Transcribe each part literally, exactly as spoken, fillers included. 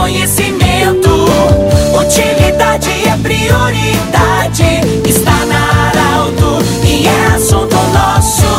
conhecimento. Utilidade é prioridade. Está na Arauto e é assunto nosso.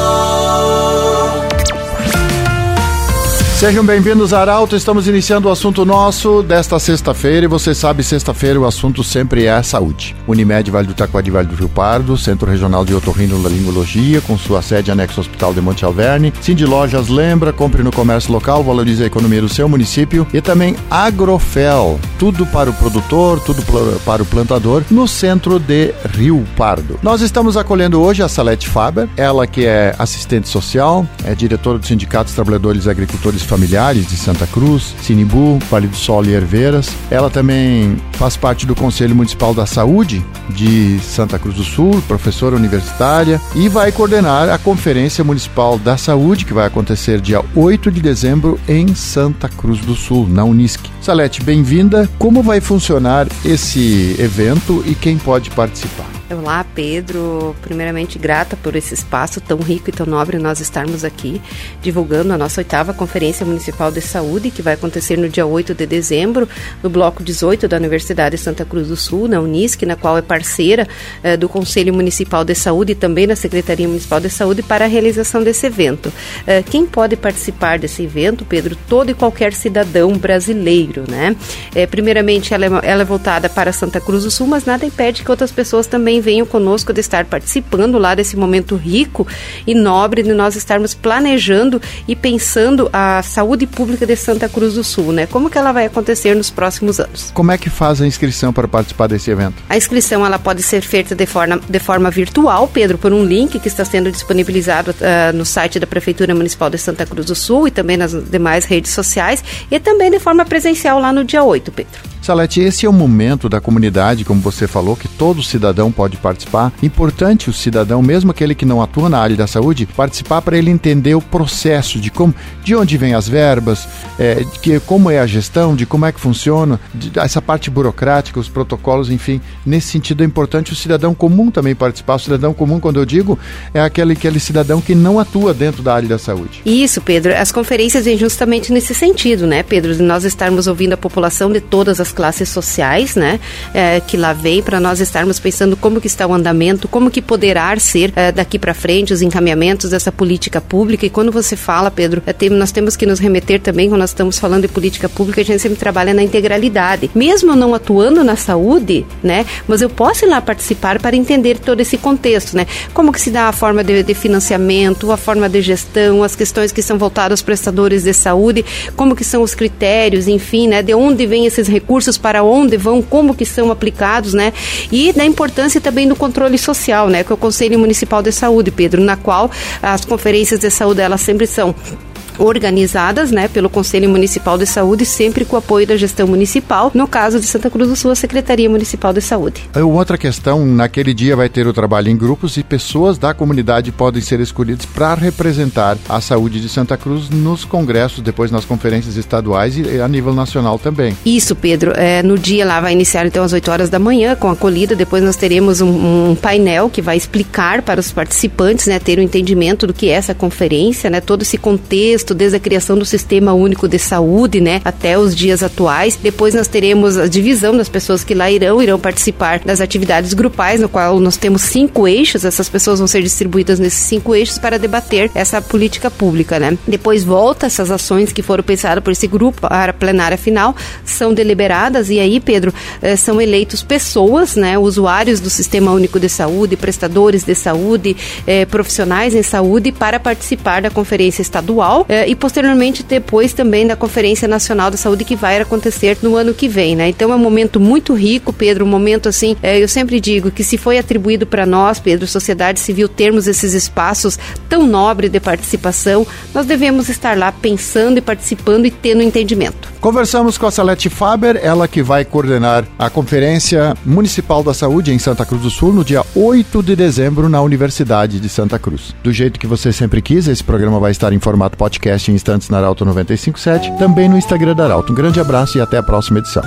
Sejam bem-vindos à Arauto, estamos iniciando o assunto nosso desta sexta-feira e você sabe, sexta-feira o assunto sempre é saúde. Unimed Vale do Taquari, Vale do Rio Pardo, Centro Regional de Otorrinolaringologia, com sua sede anexo ao Hospital de Monte Alverne, Cindy Lojas lembra, compre no comércio local, valorize a economia do seu município e também Agrofel, tudo para o produtor, tudo para o plantador, no centro de Rio Pardo. Nós estamos acolhendo hoje a Salete Faber, ela que é assistente social, é diretora do Sindicato dos Trabalhadores e Agricultores Familiares de Santa Cruz, Sinimbu, Vale do Sol e Herveiras. Ela também faz parte do Conselho Municipal da Saúde de Santa Cruz do Sul, professora universitária, e vai coordenar a Conferência Municipal da Saúde, que vai acontecer dia oito de dezembro em Santa Cruz do Sul, na Unisc. Salete, bem-vinda. Como vai funcionar esse evento e quem pode participar? Olá, Pedro. Primeiramente, grata por esse espaço tão rico e tão nobre nós estarmos aqui divulgando a nossa oitava Conferência Municipal de Saúde, que vai acontecer no dia oito de dezembro, no bloco dezoito da Universidade de Santa Cruz do Sul, na Unisc, na qual é parceira eh, do Conselho Municipal de Saúde e também da Secretaria Municipal de Saúde para a realização desse evento. Eh, quem pode participar desse evento, Pedro? Todo e qualquer cidadão brasileiro, né? Eh, primeiramente, ela é, ela é voltada para Santa Cruz do Sul, mas nada impede que outras pessoas também venham conosco de estar participando lá desse momento rico e nobre de nós estarmos planejando e pensando a saúde pública de Santa Cruz do Sul, né? Como que ela vai acontecer nos próximos anos. Como é que faz a inscrição para participar desse evento? A inscrição ela pode ser feita de forma, de forma virtual, Pedro, por um link que está sendo disponibilizado uh, no site da Prefeitura Municipal de Santa Cruz do Sul e também nas demais redes sociais e também de forma presencial lá no dia oito, Pedro. Salete, esse é o momento da comunidade, como você falou, que todo cidadão pode participar. Importante o cidadão, mesmo aquele que não atua na área da saúde, participar para ele entender o processo de como, de onde vêm as verbas, é, de que, como é a gestão, de como é que funciona, de, essa parte burocrática, os protocolos, enfim. Nesse sentido é importante o cidadão comum também participar. O cidadão comum, quando eu digo, é aquele, aquele cidadão que não atua dentro da área da saúde. Isso, Pedro. As conferências vêm justamente nesse sentido, né, Pedro? De nós estarmos ouvindo a população de todas as classes sociais, né, é, que lá vem, para nós estarmos pensando como que está o andamento, como que poderá ser é, daqui para frente os encaminhamentos dessa política pública. E quando você fala, Pedro, é, tem, nós temos que nos remeter também, quando nós estamos falando de política pública, a gente sempre trabalha na integralidade. Mesmo não atuando na saúde, né, mas eu posso ir lá participar para entender todo esse contexto, né, como que se dá a forma de, de financiamento, a forma de gestão, as questões que são voltadas aos prestadores de saúde, como que são os critérios, enfim, né, de onde vêm esses recursos, para onde vão, como que são aplicados, né? E da importância também do controle social, né? Que é o Conselho Municipal de Saúde, Pedro, na qual as conferências de saúde, elas sempre são organizadas, né, pelo Conselho Municipal de Saúde, sempre com o apoio da gestão municipal, no caso de Santa Cruz do Sul, a Secretaria Municipal de Saúde. Outra questão, naquele dia vai ter o trabalho em grupos e pessoas da comunidade podem ser escolhidas para representar a saúde de Santa Cruz nos congressos, depois nas conferências estaduais e a nível nacional também. Isso, Pedro. É, no dia lá vai iniciar então às oito horas da manhã com a acolhida, depois nós teremos um, um painel que vai explicar para os participantes, né, ter o um entendimento do que é essa conferência, né, todo esse contexto desde a criação do Sistema Único de Saúde, né, até os dias atuais. Depois nós teremos a divisão das pessoas que lá irão, irão participar das atividades grupais, no qual nós temos cinco eixos, essas pessoas vão ser distribuídas nesses cinco eixos para debater essa política pública, né. Depois volta essas ações que foram pensadas por esse grupo para a plenária final, são deliberadas e aí, Pedro, eh, são eleitos pessoas, né, usuários do Sistema Único de Saúde, prestadores de saúde, eh, profissionais em saúde para participar da conferência estadual, eh, e posteriormente depois também da Conferência Nacional da Saúde que vai acontecer no ano que vem, né? Então é um momento muito rico, Pedro, um momento assim, é, eu sempre digo que se foi atribuído para nós, Pedro, sociedade civil, termos esses espaços tão nobres de participação, nós devemos estar lá pensando e participando e tendo entendimento. Conversamos com a Salete Faber, ela que vai coordenar a Conferência Municipal da Saúde em Santa Cruz do Sul no dia oito de dezembro na Universidade de Santa Cruz. Do jeito que você sempre quis, esse programa vai estar em formato podcast em instantes na Arauto noventa e cinco ponto sete, também no Instagram da Arauto. Um grande abraço e até a próxima edição.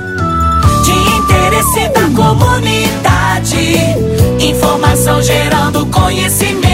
De interesse da comunidade, informação gerando conhecimento.